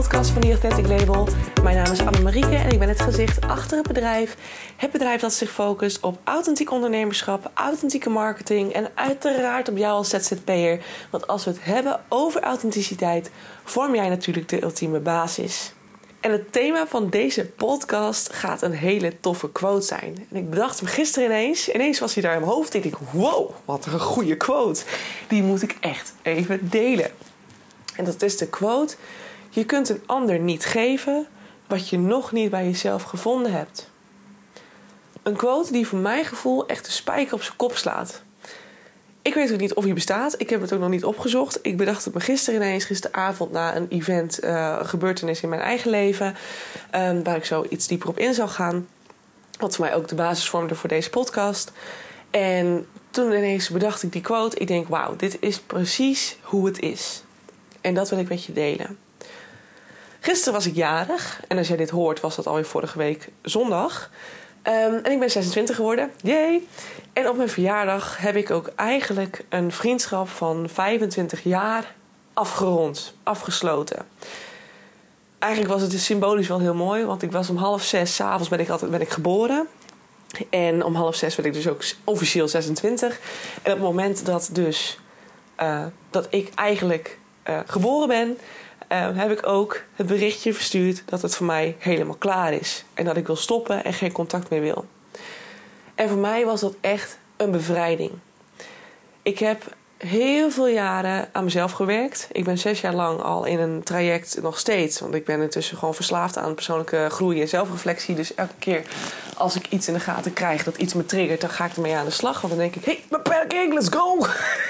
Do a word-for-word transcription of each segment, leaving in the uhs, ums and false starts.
podcast van The Authentic Label. Mijn naam is Annemarieke en ik ben het gezicht achter het bedrijf. Het bedrijf dat zich focust op authentiek ondernemerschap, authentieke marketing en uiteraard op jou als Z Z P'er. Want als we het hebben over authenticiteit, vorm jij natuurlijk de ultieme basis. En het thema van deze podcast gaat een hele toffe quote zijn. En ik bedacht hem gisteren ineens. Ineens was hij daar in mijn hoofd. En ik dacht, wow, wat een goede quote. Die moet ik echt even delen. En dat is de quote: je kunt een ander niet geven wat je nog niet bij jezelf gevonden hebt. Een quote die voor mijn gevoel echt de spijker op zijn kop slaat. Ik weet ook niet of hij bestaat. Ik heb het ook nog niet opgezocht. Ik bedacht het me gisteren ineens, gisteravond na een event, uh, een gebeurtenis in mijn eigen leven, um, waar ik zo iets dieper op in zou gaan. Wat voor mij ook de basis vormde voor deze podcast. En toen ineens bedacht ik die quote. Ik denk, wauw, dit is precies hoe het is. En dat wil ik met je delen. Gisteren was ik jarig. En als jij dit hoort, was dat alweer vorige week zondag. Um, en ik ben zesentwintig geworden. Yay! En op mijn verjaardag heb ik ook eigenlijk een vriendschap van vijfentwintig jaar afgerond. Afgesloten. Eigenlijk was het dus symbolisch wel heel mooi. Want ik was om half zes 's avonds ben ik, altijd, ben ik geboren. En om half zes werd ik dus ook officieel zesentwintig. En op het moment dat dus uh, dat ik eigenlijk uh, geboren ben, Uh, heb ik ook het berichtje verstuurd dat het voor mij helemaal klaar is. En dat ik wil stoppen en geen contact meer wil. En voor mij was dat echt een bevrijding. Ik heb heel veel jaren aan mezelf gewerkt. Ik ben zes jaar lang al in een traject, nog steeds. Want ik ben intussen gewoon verslaafd aan persoonlijke groei en zelfreflectie. Dus elke keer als ik iets in de gaten krijg dat iets me triggert, dan ga ik ermee aan de slag. Want dan denk ik, hey, beperking, let's go!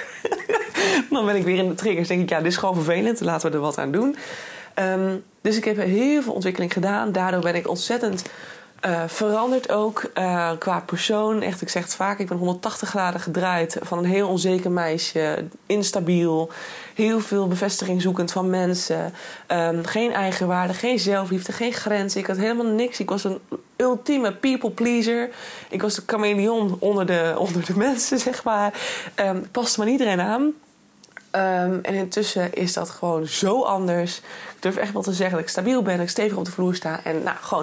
Dan ben ik weer in de triggers. Denk ik, ja, dit is gewoon vervelend. Laten we er wat aan doen. Um, dus ik heb heel veel ontwikkeling gedaan. Daardoor ben ik ontzettend uh, veranderd ook uh, qua persoon. Echt, ik zeg het vaak, ik ben honderdtachtig graden gedraaid. Van een heel onzeker meisje. Instabiel. Heel veel bevestiging zoekend van mensen. Um, geen eigenwaarde, geen zelfliefde, geen grenzen. Ik had helemaal niks. Ik was een ultieme people pleaser. Ik was de chameleon onder de, onder de mensen, zeg maar. Um, paste maar iedereen aan. Um, en intussen is dat gewoon zo anders. Ik durf echt wel te zeggen dat ik stabiel ben, dat ik stevig op de vloer sta. En nou, gewoon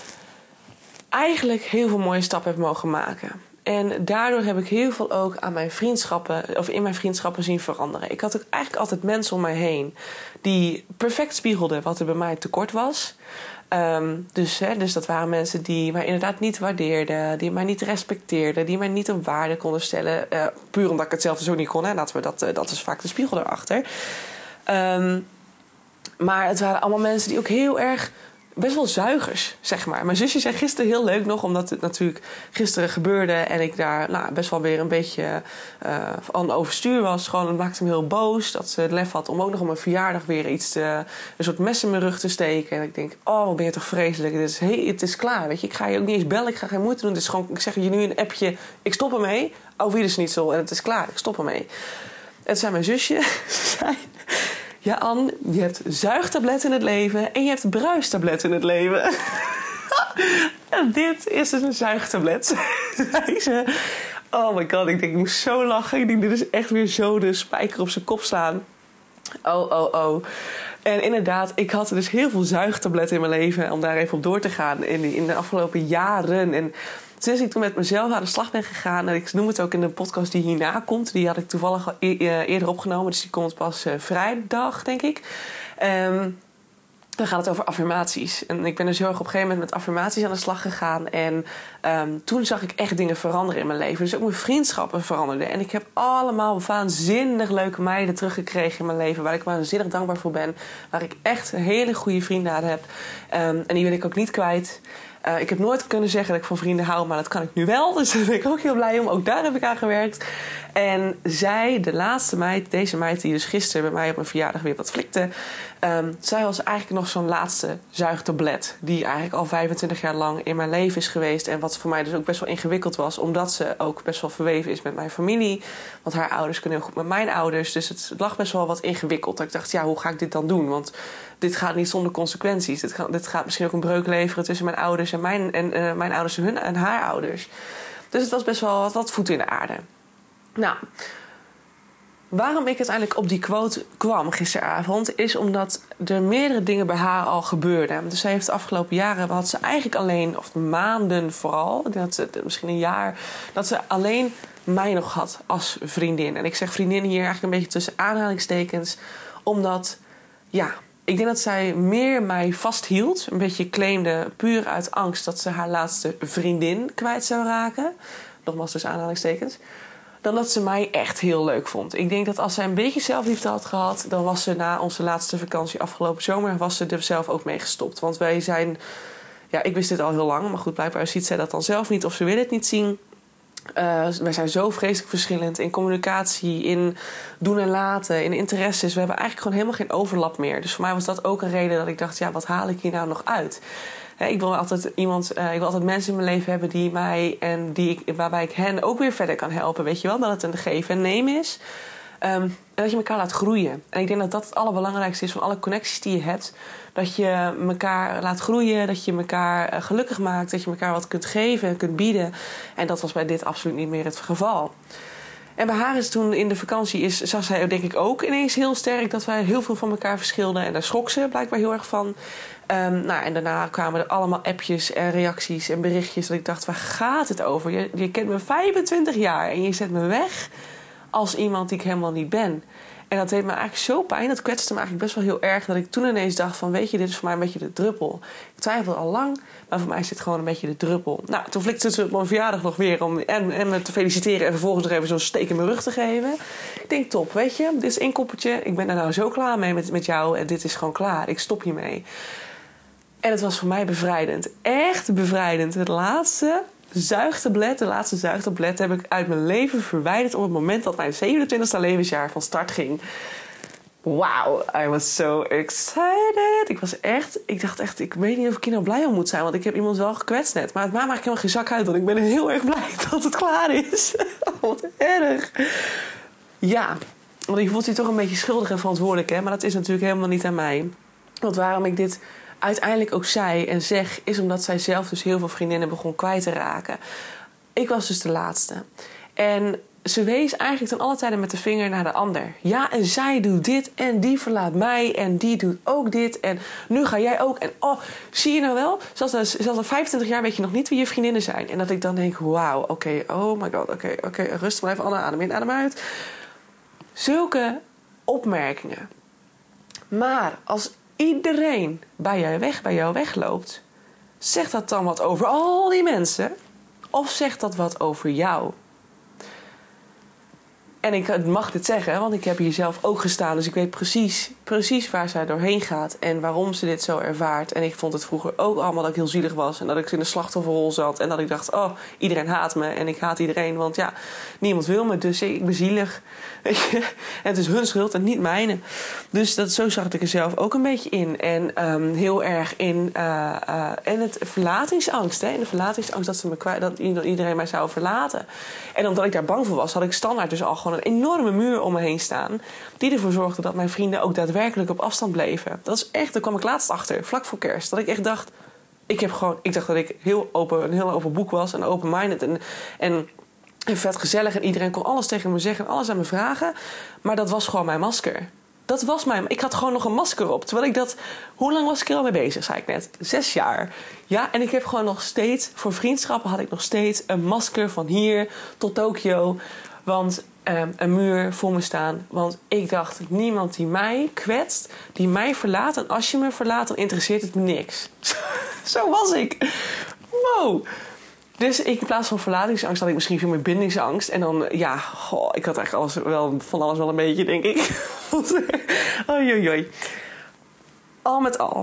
eigenlijk heel veel mooie stappen heb mogen maken. En daardoor heb ik heel veel ook aan mijn vriendschappen, of in mijn vriendschappen zien veranderen. Ik had ook eigenlijk altijd mensen om mij heen die perfect spiegelden wat er bij mij tekort was. Um, dus, hè, dus dat waren mensen die mij inderdaad niet waardeerden, die mij niet respecteerden, die mij niet op waarde konden stellen. Uh, puur omdat ik het zelf dus ook niet kon. Hè. Laten we dat, uh, dat is vaak de spiegel erachter. Um, maar het waren allemaal mensen die ook heel erg best wel zuigers, zeg maar. Mijn zusje zei gisteren heel leuk nog, omdat het natuurlijk gisteren gebeurde en ik daar nou, best wel weer een beetje uh, aan overstuur was. Gewoon, het maakte me heel boos dat ze het lef had om ook nog op mijn verjaardag weer iets te, een soort mes in mijn rug te steken. En ik denk, oh, wat ben je toch vreselijk. Het is, hey, het is klaar, weet je. Ik ga je ook niet eens bellen, ik ga geen moeite doen. Het is gewoon, ik zeg je nu een appje, ik stop ermee. Oh, wie is niet zo en het is klaar, ik stop ermee. En toen zei mijn zusje, zei, ja, Ann, je hebt zuigtablet in het leven en je hebt bruistablet in het leven. En dit is dus een zuigtablet. Zei ze. Oh my god, ik denk, ik moest zo lachen. Ik denk, dit is echt weer zo de spijker op zijn kop slaan. Oh, oh, oh. En inderdaad, ik had dus heel veel zuigtabletten in mijn leven, om daar even op door te gaan in, in de afgelopen jaren. En sinds ik toen met mezelf aan de slag ben gegaan, en ik noem het ook in de podcast die hierna komt, die had ik toevallig al e- eerder opgenomen, dus die komt pas uh, vrijdag, denk ik. Um, dan gaat het over affirmaties. En ik ben dus heel erg op een gegeven moment met affirmaties aan de slag gegaan. En um, toen zag ik echt dingen veranderen in mijn leven. Dus ook mijn vriendschappen veranderden. En ik heb allemaal waanzinnig leuke meiden teruggekregen in mijn leven, waar ik waanzinnig dankbaar voor ben. Waar ik echt een hele goede vrienden aan heb. Um, en die wil ik ook niet kwijt. Uh, ik heb nooit kunnen zeggen dat ik van vrienden hou, maar dat kan ik nu wel. Dus daar ben ik ook heel blij om. Ook daar heb ik aan gewerkt. En zij, de laatste meid, deze meid die dus gisteren bij mij op mijn verjaardag weer wat flikte. Um, zij was eigenlijk nog zo'n laatste zuigtablet. Die eigenlijk al vijfentwintig jaar lang in mijn leven is geweest. En wat voor mij dus ook best wel ingewikkeld was. Omdat ze ook best wel verweven is met mijn familie. Want haar ouders kunnen heel goed met mijn ouders. Dus het lag best wel wat ingewikkeld. Dat ik dacht, ja, hoe ga ik dit dan doen? Want dit gaat niet zonder consequenties. Dit gaat, dit gaat misschien ook een breuk leveren tussen mijn ouders en mijn, en, uh, mijn ouders en hun en haar ouders. Dus het was best wel wat, wat voet in de aarde. Nou, Waarom ik uiteindelijk op die quote kwam gisteravond, is omdat er meerdere dingen bij haar al gebeurden. Dus zij heeft de afgelopen jaren, had ze eigenlijk alleen, of maanden vooral, dat ze, misschien een jaar, dat ze alleen mij nog had als vriendin. En ik zeg vriendin hier eigenlijk een beetje tussen aanhalingstekens, omdat, ja, ik denk dat zij meer mij vasthield, een beetje claimde puur uit angst dat ze haar laatste vriendin kwijt zou raken. Nogmaals tussen aanhalingstekens. Dan dat ze mij echt heel leuk vond. Ik denk dat als zij een beetje zelfliefde had gehad, dan was ze na onze laatste vakantie afgelopen zomer, was ze er zelf ook mee gestopt. Want wij zijn, ja, ik wist dit al heel lang, maar goed, blijkbaar ziet zij dat dan zelf niet of ze wil het niet zien. Uh, wij zijn zo vreselijk verschillend in communicatie, in doen en laten, in interesses. We hebben eigenlijk gewoon helemaal geen overlap meer. Dus voor mij was dat ook een reden dat ik dacht, ja, wat haal ik hier nou nog uit? Ik wil altijd iemand, uh, ik wil altijd mensen in mijn leven hebben die mij en die ik, waarbij ik hen ook weer verder kan helpen. Weet je wel, dat het een geven en nemen is. Um, en dat je elkaar laat groeien. En ik denk dat dat het allerbelangrijkste is van alle connecties die je hebt. Dat je elkaar laat groeien, dat je elkaar uh, gelukkig maakt, dat je elkaar wat kunt geven en kunt bieden. En dat was bij dit absoluut niet meer het geval. En bij haar is toen in de vakantie, is, zag zij denk ik ook ineens heel sterk dat wij heel veel van elkaar verschilden. En daar schrok ze blijkbaar heel erg van. Um, nou, en daarna kwamen er allemaal appjes en reacties en berichtjes. Dat ik dacht, waar gaat het over? Je, je kent me vijfentwintig jaar en je zet me weg als iemand die ik helemaal niet ben. En dat deed me eigenlijk zo pijn. Dat kwetste me eigenlijk best wel heel erg. Dat ik toen ineens dacht van, weet je, dit is voor mij een beetje de druppel. Ik twijfelde al lang, maar voor mij is dit gewoon een beetje de druppel. Nou, toen flikte ze op mijn verjaardag nog weer om en, en me te feliciteren en vervolgens nog even zo'n steek in mijn rug te geven. Ik denk, top, weet je, dit is één koppeltje. Ik ben er nou zo klaar mee met, met jou en dit is gewoon klaar. Ik stop hiermee. En het was voor mij bevrijdend. Echt bevrijdend. Het laatste zuigtablet, de laatste zuigtablet heb ik uit mijn leven verwijderd op het moment dat mijn zevenentwintigste levensjaar van start ging. Wauw, I was so excited. Ik was echt, ik dacht echt, ik weet niet of ik hier nou blij om moet zijn, want ik heb iemand wel gekwetst net. Maar het maakt me helemaal geen zak uit, want ik ben heel erg blij dat het klaar is. Wat erg. Ja, want je voelt je toch een beetje schuldig en verantwoordelijk, hè? Maar dat is natuurlijk helemaal niet aan mij. Want waarom ik dit uiteindelijk ook zei en zeg, is omdat zij zelf dus heel veel vriendinnen begon kwijt te raken. Ik was dus de laatste. En ze wees eigenlijk ten alle tijden met de vinger naar de ander. Ja, en zij doet dit en die verlaat mij en die doet ook dit en nu ga jij ook. En oh, zie je nou wel? Zelfs na, zelfs na vijfentwintig jaar weet je nog niet wie je vriendinnen zijn. En dat ik dan denk, wauw, oké, okay, oh my god, oké, okay, oké, okay, rustig blijven, Anne, adem in, adem uit. Zulke opmerkingen. Maar als iedereen bij jou weg, bij jou wegloopt, zegt dat dan wat over al die mensen? Of zegt dat wat over jou? En ik mag dit zeggen, want ik heb hier zelf ook gestaan. Dus ik weet precies, precies waar zij doorheen gaat en waarom ze dit zo ervaart. En ik vond het vroeger ook allemaal dat ik heel zielig was. En dat ik in de slachtofferrol zat. En dat ik dacht, oh, iedereen haat me. En ik haat iedereen, want ja, niemand wil me. Dus ik ben zielig. En het is hun schuld en niet mijne. Dus dat, zo zag ik er zelf ook een beetje in. En um, heel erg in, uh, uh, in het verlatingsangst. Hè? In de verlatingsangst dat, ze me kwijt, dat iedereen mij zou verlaten. En omdat ik daar bang voor was, had ik standaard dus al gewoon een enorme muur om me heen staan. Die ervoor zorgde dat mijn vrienden ook daadwerkelijk op afstand bleven. Dat is echt, daar kwam ik laatst achter, vlak voor kerst. Dat ik echt dacht, ik heb gewoon, ik dacht dat ik heel open, een heel open boek was en open-minded en, en, en vet gezellig. En iedereen kon alles tegen me zeggen en alles aan me vragen. Maar dat was gewoon mijn masker. Dat was mijn, ik had gewoon nog een masker op. Terwijl ik dat, hoe lang was ik er al mee bezig, zei ik net? Zes jaar. Ja, en ik heb gewoon nog steeds, voor vriendschappen had ik nog steeds een masker van hier tot Tokio. Want um, een muur voor me staan. Want ik dacht, niemand die mij kwetst, die mij verlaat. En als je me verlaat, dan interesseert het me niks. Zo was ik. Wow. Dus ik, in plaats van verlatingsangst had ik misschien veel meer bindingsangst. En dan, ja, goh, ik had eigenlijk alles wel, van alles wel een beetje, denk ik. Oei, oei, oei. Al met al.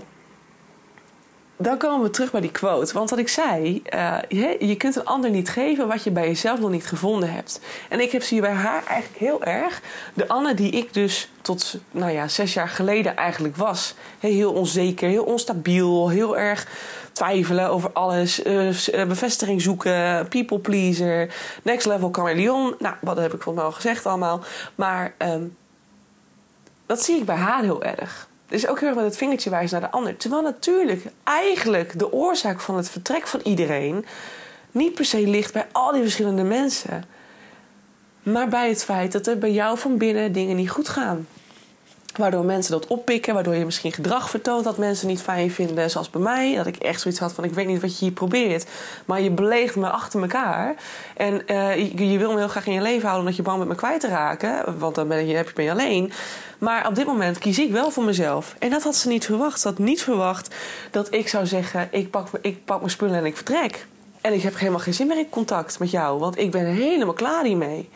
Dan komen we terug bij die quote. Want wat ik zei, uh, je, je kunt een ander niet geven wat je bij jezelf nog niet gevonden hebt. En ik heb zie bij haar eigenlijk heel erg de Anne die ik dus tot nou ja, zes jaar geleden eigenlijk was. Heel onzeker, heel onstabiel, heel erg twijfelen over alles. Uh, bevestiging zoeken, people pleaser, next level chameleon. Nou, wat heb ik volgens mij al gezegd allemaal. Maar um, dat zie ik bij haar heel erg. Dus ook heel erg met het vingertje wijzen naar de ander. Terwijl natuurlijk eigenlijk de oorzaak van het vertrek van iedereen niet per se ligt bij al die verschillende mensen. maar bij het feit dat er bij jou van binnen dingen niet goed gaan. Waardoor mensen dat oppikken, waardoor je misschien gedrag vertoont dat mensen niet fijn vinden. Zoals bij mij, dat ik echt zoiets had van ik weet niet wat je hier probeert. Maar je beleegt me achter elkaar. En uh, je, je wil me heel graag in je leven houden omdat je bang bent me kwijt te raken. Want dan ben je, ben je alleen. Maar op dit moment kies ik wel voor mezelf. En dat had ze niet verwacht. Ze had niet verwacht dat ik zou zeggen ik pak, ik pak mijn spullen en ik vertrek. En ik heb helemaal geen zin meer in contact met jou. Want ik ben helemaal klaar hiermee.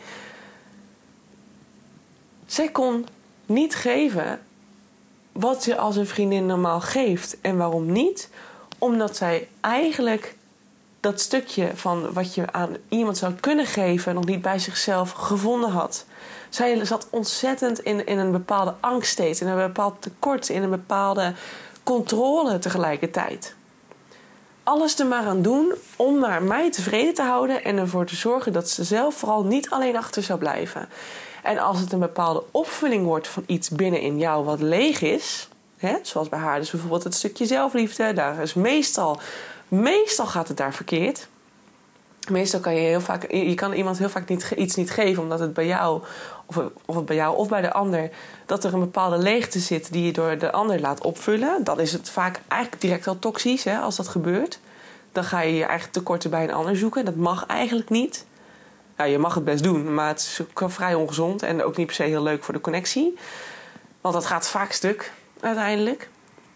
Zij kon niet geven wat je als een vriendin normaal geeft. En waarom niet? Omdat zij eigenlijk dat stukje van wat je aan iemand zou kunnen geven nog niet bij zichzelf gevonden had. Zij zat ontzettend in, in een bepaalde angst steeds, in een bepaald tekort, in een bepaalde controle tegelijkertijd. Alles er maar aan doen om maar mij tevreden te houden en ervoor te zorgen dat ze zelf vooral niet alleen achter zou blijven. En als het een bepaalde opvulling wordt van iets binnen in jou wat leeg is, hè, zoals bij haar dus bijvoorbeeld het stukje zelfliefde, daar is meestal, meestal gaat het daar verkeerd. Meestal kan je heel vaak, je kan iemand heel vaak niet, iets niet geven omdat het bij jou, of, of het bij jou of bij de ander, dat er een bepaalde leegte zit die je door de ander laat opvullen. Dan is het vaak eigenlijk direct al toxisch, hè, als dat gebeurt. Dan ga je je eigen tekorten bij een ander zoeken. Dat mag eigenlijk niet. Ja, je mag het best doen, maar het is ook vrij ongezond en ook niet per se heel leuk voor de connectie. Want dat gaat vaak stuk, uiteindelijk.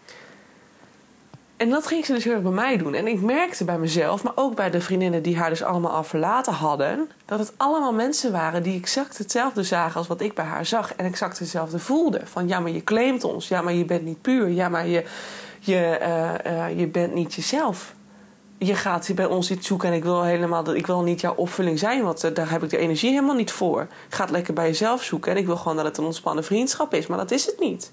En dat ging ze dus heel erg bij mij doen. En ik merkte bij mezelf, maar ook bij de vriendinnen die haar dus allemaal al verlaten hadden, dat het allemaal mensen waren die exact hetzelfde zagen als wat ik bij haar zag. En exact hetzelfde voelden. Van ja, maar je claimt ons. Ja, maar je bent niet puur. Ja, maar je, je, uh, uh, je bent niet jezelf. Je gaat bij ons iets zoeken en ik wil helemaal, ik wil niet jouw opvulling zijn, want uh, daar heb ik de energie helemaal niet voor. Ik ga het lekker bij jezelf zoeken en ik wil gewoon dat het een ontspannen vriendschap is, maar dat is het niet.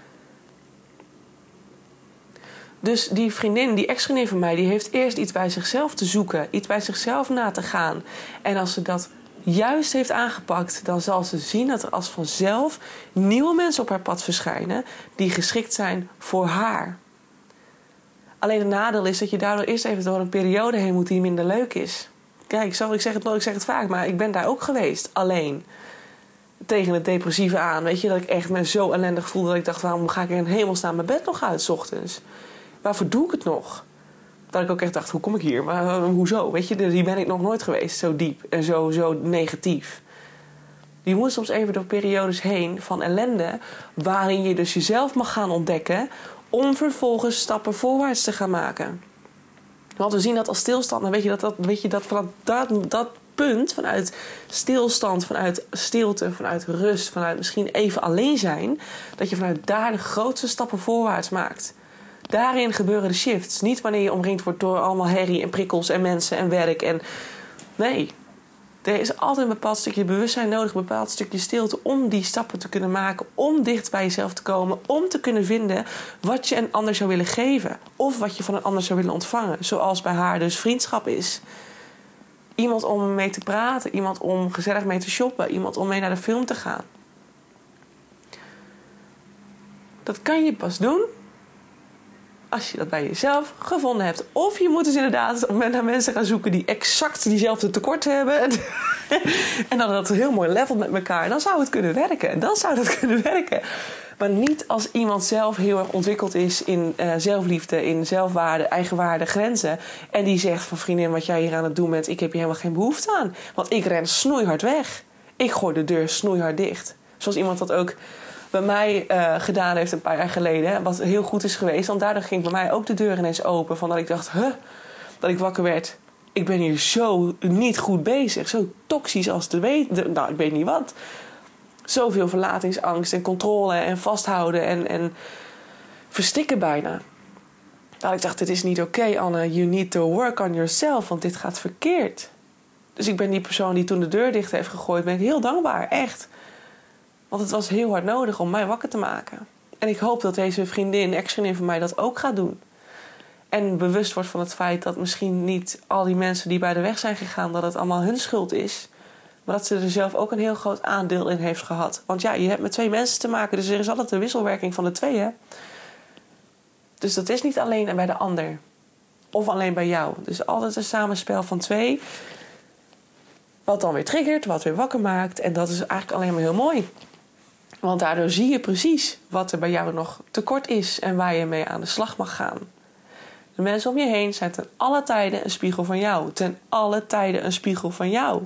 Dus die vriendin, die ex-vriendin van mij, die heeft eerst iets bij zichzelf te zoeken, iets bij zichzelf na te gaan. En als ze dat juist heeft aangepakt, dan zal ze zien dat er als vanzelf nieuwe mensen op haar pad verschijnen die geschikt zijn voor haar. Alleen het nadeel is dat je daardoor eerst even door een periode heen moet die minder leuk is. Kijk, ik zeg het nooit, ik zeg het vaak, maar ik ben daar ook geweest. Alleen. Tegen het depressieve aan. Weet je, dat ik echt me zo ellendig voelde dat ik dacht, waarom ga ik in hemelsnaam mijn bed nog uit 's ochtends? Waarvoor doe ik het nog? Dat ik ook echt dacht, hoe kom ik hier? Maar uh, hoezo? Weet je, die ben ik nog nooit geweest. Zo diep en zo, zo negatief. Je moet soms even door periodes heen van ellende, waarin je dus jezelf mag gaan ontdekken, om vervolgens stappen voorwaarts te gaan maken. Want we zien dat als stilstand. Dan weet je dat, dat, weet je dat van dat, dat punt, vanuit stilstand, vanuit stilte, vanuit rust, vanuit misschien even alleen zijn, dat je vanuit daar de grootste stappen voorwaarts maakt. Daarin gebeuren de shifts. Niet wanneer je omringd wordt door allemaal herrie en prikkels en mensen en werk. En nee, er is altijd een bepaald stukje bewustzijn nodig, een bepaald stukje stilte om die stappen te kunnen maken, om dicht bij jezelf te komen, om te kunnen vinden wat je een ander zou willen geven of wat je van een ander zou willen ontvangen. Zoals bij haar dus vriendschap is. Iemand om mee te praten, iemand om gezellig mee te shoppen, iemand om mee naar de film te gaan. Dat kan je pas doen als je dat bij jezelf gevonden hebt. Of je moet dus inderdaad naar mensen gaan zoeken die exact diezelfde tekorten hebben. En dan dat heel mooi levelt met elkaar. Dan zou het kunnen werken. Dan zou dat kunnen werken. Maar niet als iemand zelf heel erg ontwikkeld is in uh, zelfliefde, in zelfwaarde, eigenwaarde, grenzen. En die zegt van vriendin, wat jij hier aan het doen bent, ik heb hier helemaal geen behoefte aan. Want ik ren snoeihard weg. Ik gooi de deur snoeihard dicht. Zoals iemand dat ook bij mij uh, gedaan heeft een paar jaar geleden. Wat heel goed is geweest. Want daardoor ging bij mij ook de deur ineens open. Van dat ik dacht, huh, dat ik wakker werd. Ik ben hier zo niet goed bezig. Zo toxisch als te weten. Nou, ik weet niet wat. Zoveel verlatingsangst en controle en vasthouden en, en verstikken bijna. Dat ik dacht, dit is niet oké, okay, Anne. You need to work on yourself, want dit gaat verkeerd. Dus ik ben die persoon die toen de deur dicht heeft gegooid, ben ik heel dankbaar, echt. Want het was heel hard nodig om mij wakker te maken. En ik hoop dat deze vriendin, ex-vriendin van mij, dat ook gaat doen. En bewust wordt van het feit dat misschien niet al die mensen die bij de weg zijn gegaan, dat het allemaal hun schuld is. Maar dat ze er zelf ook een heel groot aandeel in heeft gehad. Want ja, je hebt met twee mensen te maken, dus er is altijd een wisselwerking van de twee, hè? Dus dat is niet alleen bij de ander. Of alleen bij jou. Dus altijd een samenspel van twee. Wat dan weer triggert, wat weer wakker maakt. En dat is eigenlijk alleen maar heel mooi. Want daardoor zie je precies wat er bij jou nog tekort is en waar je mee aan de slag mag gaan. De mensen om je heen zijn ten alle tijden een spiegel van jou. Ten alle tijden een spiegel van jou.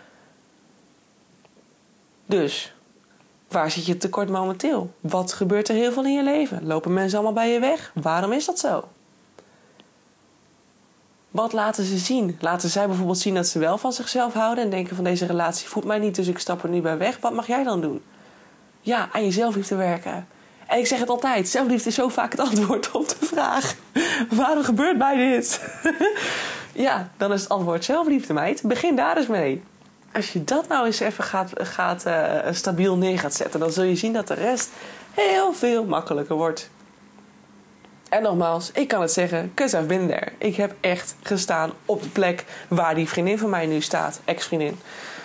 Dus, waar zit je tekort momenteel? Wat gebeurt er heel veel in je leven? Lopen mensen allemaal bij je weg? Waarom is dat zo? Wat laten ze zien? Laten zij bijvoorbeeld zien dat ze wel van zichzelf houden en denken van deze relatie voedt mij niet, dus ik stap er nu bij weg. Wat mag jij dan doen? Ja, aan je zelfliefde werken. En ik zeg het altijd, zelfliefde is zo vaak het antwoord op de vraag: waarom gebeurt mij dit? Ja, dan is het antwoord zelfliefde, meid. Begin daar eens mee. Als je dat nou eens even gaat, gaat, uh, stabiel neer gaat zetten, dan zul je zien dat de rest heel veel makkelijker wordt. En nogmaals, ik kan het zeggen, 'cause I've been there. Ik heb echt gestaan op de plek waar die vriendin van mij nu staat, ex-vriendin.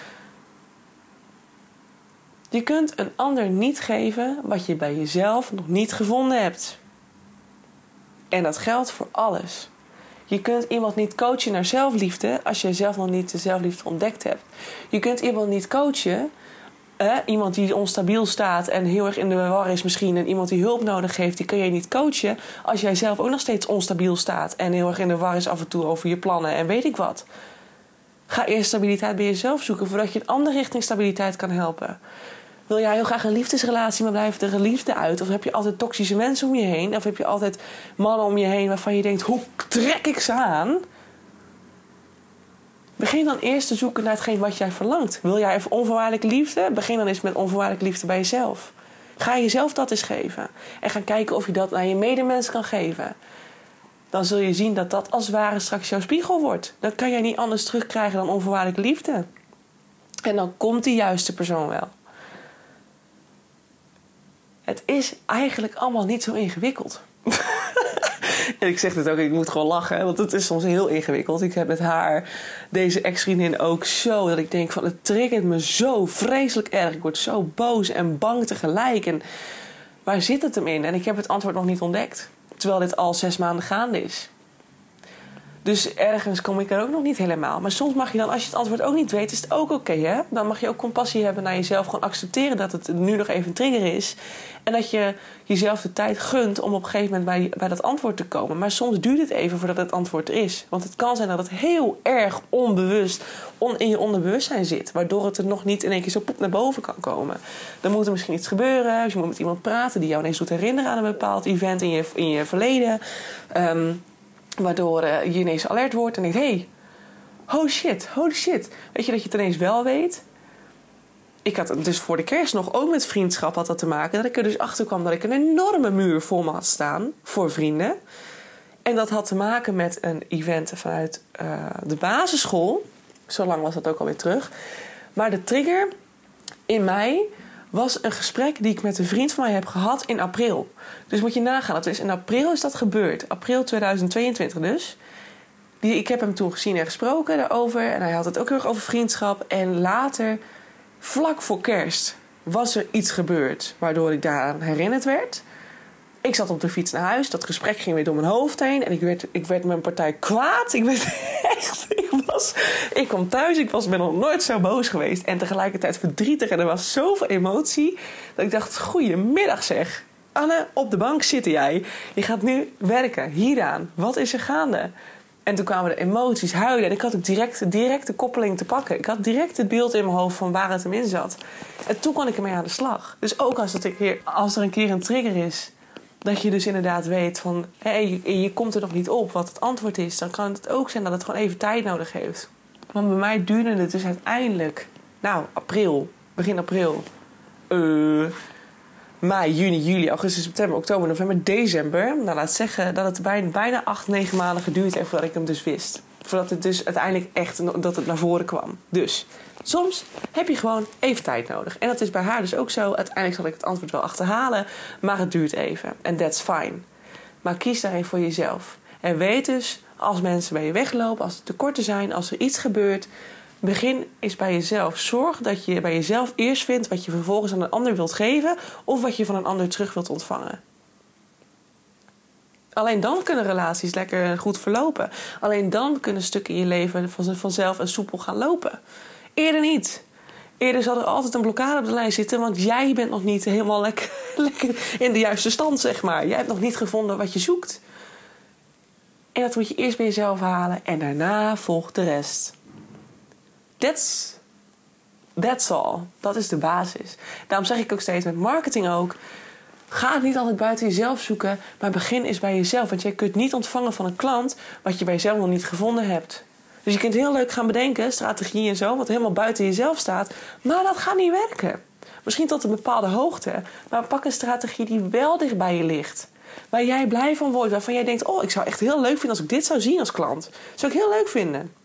Je kunt een ander niet geven wat je bij jezelf nog niet gevonden hebt. En dat geldt voor alles. Je kunt iemand niet coachen naar zelfliefde als je zelf nog niet de zelfliefde ontdekt hebt. Je kunt iemand niet coachen, eh, iemand die onstabiel staat en heel erg in de war is misschien, en iemand die hulp nodig heeft, die kun je niet coachen als jij zelf ook nog steeds onstabiel staat en heel erg in de war is af en toe over je plannen en weet ik wat. Ga eerst stabiliteit bij jezelf zoeken voordat je een ander richting stabiliteit kan helpen. Wil jij heel graag een liefdesrelatie, maar blijft er geliefde uit? Of heb je altijd toxische mensen om je heen? Of heb je altijd mannen om je heen waarvan je denkt, hoe trek ik ze aan? Begin dan eerst te zoeken naar hetgeen wat jij verlangt. Wil jij even onvoorwaardelijke liefde? Begin dan eens met onvoorwaardelijke liefde bij jezelf. Ga jezelf dat eens geven. En ga kijken of je dat naar je medemens kan geven. Dan zul je zien dat dat als het ware straks jouw spiegel wordt. Dan kan jij niet anders terugkrijgen dan onvoorwaardelijke liefde. En dan komt die juiste persoon wel. Het is eigenlijk allemaal niet zo ingewikkeld. En ik zeg dit ook, ik moet gewoon lachen, want het is soms heel ingewikkeld. Ik heb met haar, deze ex-vriendin, ook zo dat ik denk van, het triggert me zo vreselijk erg. Ik word zo boos en bang tegelijk. En waar zit het hem in? En ik heb het antwoord nog niet ontdekt. Terwijl dit al zes maanden gaande is. Dus ergens kom ik er ook nog niet helemaal. Maar soms mag je dan, als je het antwoord ook niet weet, is het ook oké, hè? Dan mag je ook compassie hebben naar jezelf. Gewoon accepteren dat het nu nog even een trigger is. En dat je jezelf de tijd gunt om op een gegeven moment bij, bij dat antwoord te komen. Maar soms duurt het even voordat het antwoord er is. Want het kan zijn dat het heel erg onbewust on, in je onderbewustzijn zit. Waardoor het er nog niet in één keer zo poep naar boven kan komen. Dan moet er misschien iets gebeuren. Dus je moet met iemand praten die jou ineens doet herinneren aan een bepaald event in je, in je verleden. Um, Waardoor uh, je ineens alert wordt en denkt, hé, hey, oh shit, holy shit. Weet je dat je het ineens wel weet? Ik had dus voor de kerst nog ook met vriendschap had dat te maken. Dat ik er dus achter kwam dat ik een enorme muur voor me had staan voor vrienden. En dat had te maken met een event vanuit uh, de basisschool. Zo lang was dat ook alweer terug. Maar de trigger in mij was een gesprek die ik met een vriend van mij heb gehad in april. Dus moet je nagaan, dat is in april is dat gebeurd. April tweeduizend tweeëntwintig dus. Die, ik heb hem toen gezien en gesproken daarover. En hij had het ook heel erg over vriendschap. En later, vlak voor kerst, was er iets gebeurd waardoor ik daaraan herinnerd werd. Ik zat op de fiets naar huis. Dat gesprek ging weer door mijn hoofd heen. En ik werd, ik werd mijn partij kwaad. Ik werd echt... Ik, was, ik kwam thuis. Ik was, ben nog nooit zo boos geweest. En tegelijkertijd verdrietig. En er was zoveel emotie. Dat ik dacht, goeiemiddag zeg. Anne, op de bank zitten jij. Je gaat nu werken. Hieraan. Wat is er gaande? En toen kwamen de emoties, huilen. En ik had ook direct, direct de koppeling te pakken. Ik had direct het beeld in mijn hoofd van waar het hem in zat. En toen kon ik ermee aan de slag. Dus ook als, dat ik hier, als er een keer een trigger is... dat je dus inderdaad weet van... Hé, je, je komt er nog niet op wat het antwoord is... dan kan het ook zijn dat het gewoon even tijd nodig heeft. Want bij mij duurde het dus uiteindelijk... Nou, april. Begin april. Uh, mei, juni, juli, augustus, september, oktober, november, december. Nou, laat zeggen dat het bijna, bijna acht, negen maanden geduurd heeft... voordat ik hem dus wist. Voordat het dus uiteindelijk echt dat het naar voren kwam. Dus... soms heb je gewoon even tijd nodig. En dat is bij haar dus ook zo. Uiteindelijk zal ik het antwoord wel achterhalen. Maar het duurt even. En that's fine. Maar kies daarin voor jezelf. En weet dus, als mensen bij je weglopen, als er tekorten zijn, als er iets gebeurt, begin eens bij jezelf. Zorg dat je bij jezelf eerst vindt wat je vervolgens aan een ander wilt geven, of wat je van een ander terug wilt ontvangen. Alleen dan kunnen relaties lekker goed verlopen. Alleen dan kunnen stukken in je leven vanzelf en soepel gaan lopen. Eerder niet. Eerder zal er altijd een blokkade op de lijn zitten, want jij bent nog niet helemaal lekker, lekker in de juiste stand, zeg maar. Jij hebt nog niet gevonden wat je zoekt. En dat moet je eerst bij jezelf halen en daarna volgt de rest. That's, that's all. Dat is de basis. Daarom zeg ik ook steeds met marketing ook, ga het niet altijd buiten jezelf zoeken, maar begin eens bij jezelf. Want jij kunt niet ontvangen van een klant wat je bij jezelf nog niet gevonden hebt. Dus je kunt heel leuk gaan bedenken, strategie en zo, wat helemaal buiten jezelf staat. Maar dat gaat niet werken. Misschien tot een bepaalde hoogte. Maar pak een strategie die wel dicht bij je ligt. Waar jij blij van wordt. Waarvan jij denkt, oh, ik zou echt heel leuk vinden als ik dit zou zien als klant. Dat zou ik heel leuk vinden.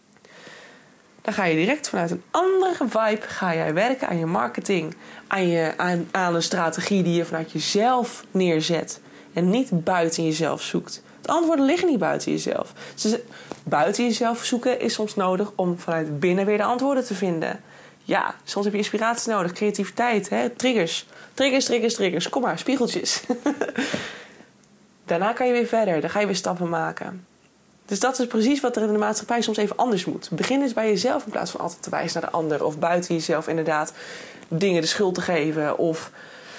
Dan ga je direct vanuit een andere vibe ga jij werken aan je marketing. Aan, je, aan, aan een strategie die je vanuit jezelf neerzet. En niet buiten jezelf zoekt. Het antwoorden liggen niet buiten jezelf. Dus buiten jezelf zoeken is soms nodig om vanuit binnen weer de antwoorden te vinden. Ja, soms heb je inspiratie nodig, creativiteit, hè? Triggers. Triggers, triggers, triggers. Kom maar, spiegeltjes. Daarna kan je weer verder. Dan ga je weer stappen maken. Dus dat is precies wat er in de maatschappij soms even anders moet. Begin eens bij jezelf in plaats van altijd te wijzen naar de ander. Of buiten jezelf inderdaad dingen de schuld te geven. Of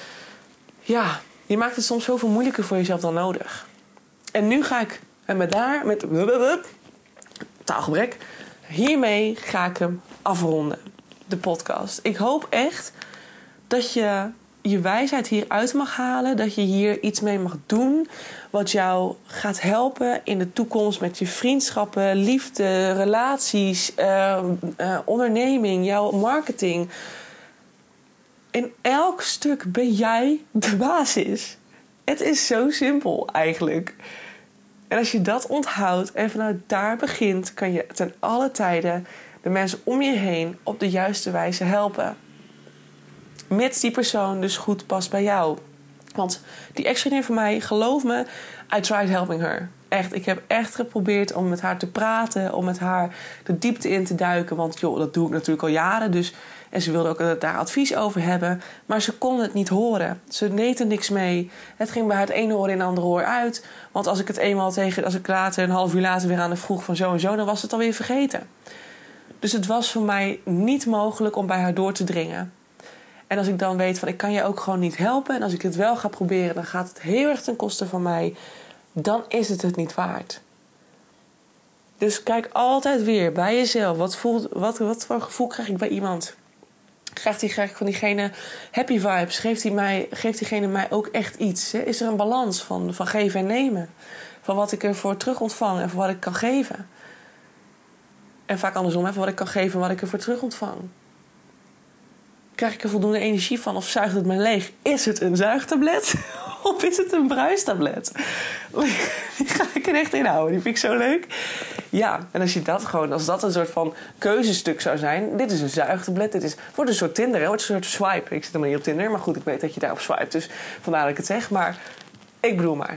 ja, je maakt het soms zoveel moeilijker voor jezelf dan nodig. En nu ga ik met daar, met taalgebrek, hiermee ga ik hem afronden. De podcast. Ik hoop echt dat je je wijsheid hieruit mag halen. Dat je hier iets mee mag doen. Wat jou gaat helpen in de toekomst met je vriendschappen, liefde, relaties, uh, uh, onderneming, jouw marketing. In elk stuk ben jij de basis. Het is zo simpel eigenlijk. En als je dat onthoudt en vanuit daar begint, kan je ten alle tijden de mensen om je heen op de juiste wijze helpen. Mits die persoon dus goed past bij jou. Want die ex-vriendin van mij, geloof me, I tried helping her. Echt, ik heb echt geprobeerd om met haar te praten, om met haar de diepte in te duiken. Want joh, dat doe ik natuurlijk al jaren. Dus, en ze wilde ook daar advies over hebben. Maar ze kon het niet horen. Ze deed er niks mee. Het ging bij haar het ene oor in het andere oor uit. Want als ik het eenmaal tegen, als ik later, een half uur later weer aan de vroeg van zo en zo, dan was het alweer vergeten. Dus het was voor mij niet mogelijk om bij haar door te dringen. En als ik dan weet van ik kan je ook gewoon niet helpen. En als ik het wel ga proberen, dan gaat het heel erg ten koste van mij. Dan is het het niet waard. Dus kijk altijd weer bij jezelf. Wat, voelt, wat, wat voor gevoel krijg ik bij iemand? Krijgt die, krijg ik van diegene happy vibes? Geeft, die mij, geeft diegene mij ook echt iets? Hè? Is er een balans van, van geven en nemen? Van wat ik ervoor terug ontvang en van wat ik kan geven? En vaak andersom, hè? Van wat ik kan geven en wat ik ervoor terug ontvang. Krijg ik er voldoende energie van of zuigt het me leeg? Is het een zuigtablet of is het een bruistablet? Die ga ik er echt in houden. Die vind ik zo leuk. Ja, en als je dat gewoon, als dat een soort van keuzestuk zou zijn. Dit is een zuigtablet. Dit is, het wordt een soort Tinder, hè? Het wordt een soort swipe. Ik zit helemaal niet op Tinder, maar goed, ik weet dat je daarop swipe. Dus vandaar dat ik het zeg. Maar ik bedoel maar.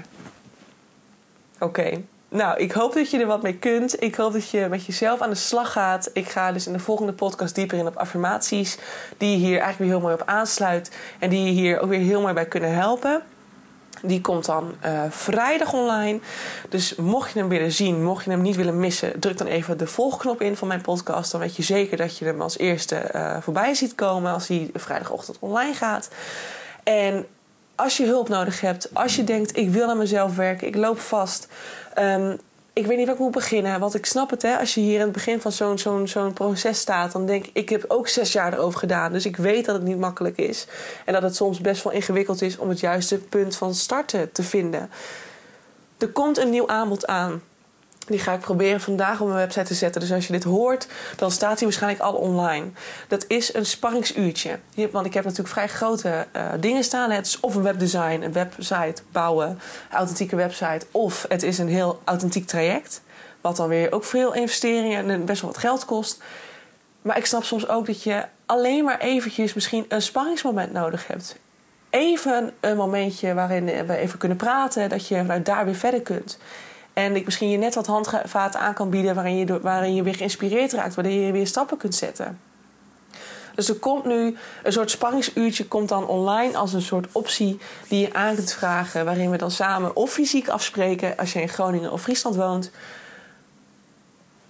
Oké. Okay. Nou, ik hoop dat je er wat mee kunt. Ik hoop dat je met jezelf aan de slag gaat. Ik ga dus in de volgende podcast dieper in op affirmaties. Die hier eigenlijk weer heel mooi op aansluit. En die je hier ook weer heel mooi bij kunnen helpen. Die komt dan uh, vrijdag online. Dus mocht je hem willen zien, mocht je hem niet willen missen, druk dan even de volgknop in van mijn podcast. Dan weet je zeker dat je hem als eerste uh, voorbij ziet komen als hij vrijdagochtend online gaat. En als je hulp nodig hebt, als je denkt ik wil aan mezelf werken, ik loop vast. Um, ik weet niet waar ik moet beginnen. Want ik snap het, hè. Als je hier in het begin van zo'n, zo'n, zo'n proces staat, dan denk ik, ik heb ook zes jaar erover gedaan. Dus ik weet dat het niet makkelijk is. En dat het soms best wel ingewikkeld is om het juiste punt van starten te vinden. Er komt een nieuw aanbod aan. Die ga ik proberen vandaag op mijn website te zetten. Dus als je dit hoort, dan staat hij waarschijnlijk al online. Dat is een sparringsuurtje. Want ik heb natuurlijk vrij grote uh, dingen staan. Het is of een webdesign, een website bouwen, een authentieke website. Of het is een heel authentiek traject. Wat dan weer ook veel investeringen en best wel wat geld kost. Maar ik snap soms ook dat je alleen maar eventjes misschien een sparringsmoment nodig hebt. Even een momentje waarin we even kunnen praten. Dat je vanuit daar weer verder kunt. En ik misschien je net wat handvaten aan kan bieden waarin je, waarin je weer geïnspireerd raakt. Waardoor je weer stappen kunt zetten. Dus er komt nu een soort sparringsuurtje komt dan online als een soort optie die je aan kunt vragen. Waarin we dan samen of fysiek afspreken als je in Groningen of Friesland woont.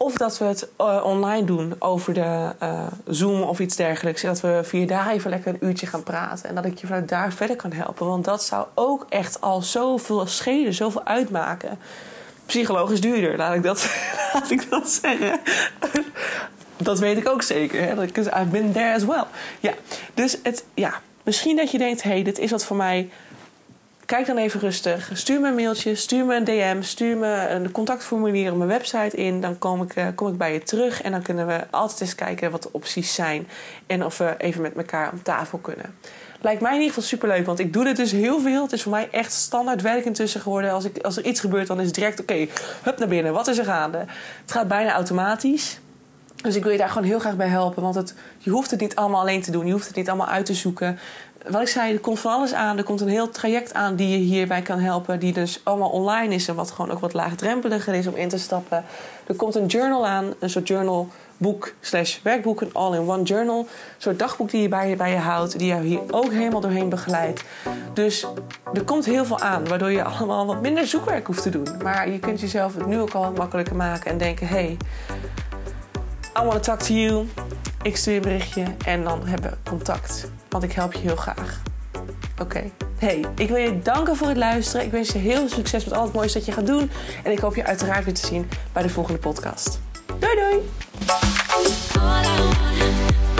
Of dat we het uh, online doen over de uh, Zoom of iets dergelijks. En dat we via daar even lekker een uurtje gaan praten. En dat ik je vanuit daar verder kan helpen. Want dat zou ook echt al zoveel schelen, zoveel uitmaken. Psychologisch duurder, laat ik dat, laat ik dat zeggen. Dat weet ik ook zeker. Because I've been there as well. Ja, dus het, ja, misschien dat je denkt, hé, hey, dit is wat voor mij. Kijk dan even rustig. Stuur me een mailtje, stuur me een D M, stuur me een contactformulier op mijn website in. Dan kom ik, uh, kom ik bij je terug en dan kunnen we altijd eens kijken wat de opties zijn. En of we even met elkaar om tafel kunnen. Lijkt mij in ieder geval superleuk, want ik doe dit dus heel veel. Het is voor mij echt standaard werk intussen geworden. Als, ik, als er iets gebeurt, dan is het direct, oké, okay, hup naar binnen. Wat is er gaande? Het gaat bijna automatisch. Dus ik wil je daar gewoon heel graag bij helpen. Want het, je hoeft het niet allemaal alleen te doen. Je hoeft het niet allemaal uit te zoeken. Wat ik zei, er komt van alles aan. Er komt een heel traject aan die je hierbij kan helpen. Die dus allemaal online is. En wat gewoon ook wat laagdrempeliger is om in te stappen. Er komt een journal aan. Een soort journalboek slash werkboek. Een all-in-one journal. Een soort dagboek die je bij, je bij je houdt. Die jou hier ook helemaal doorheen begeleidt. Dus er komt heel veel aan. Waardoor je allemaal wat minder zoekwerk hoeft te doen. Maar je kunt jezelf het nu ook al wat makkelijker maken. En denken, hé, hey, I want to talk to you. Ik stuur een berichtje en dan hebben we contact. Want ik help je heel graag. Oké. Okay. Hey, ik wil je danken voor het luisteren. Ik wens je heel veel succes met al het moois dat je gaat doen. En ik hoop je uiteraard weer te zien bij de volgende podcast. Doei doei!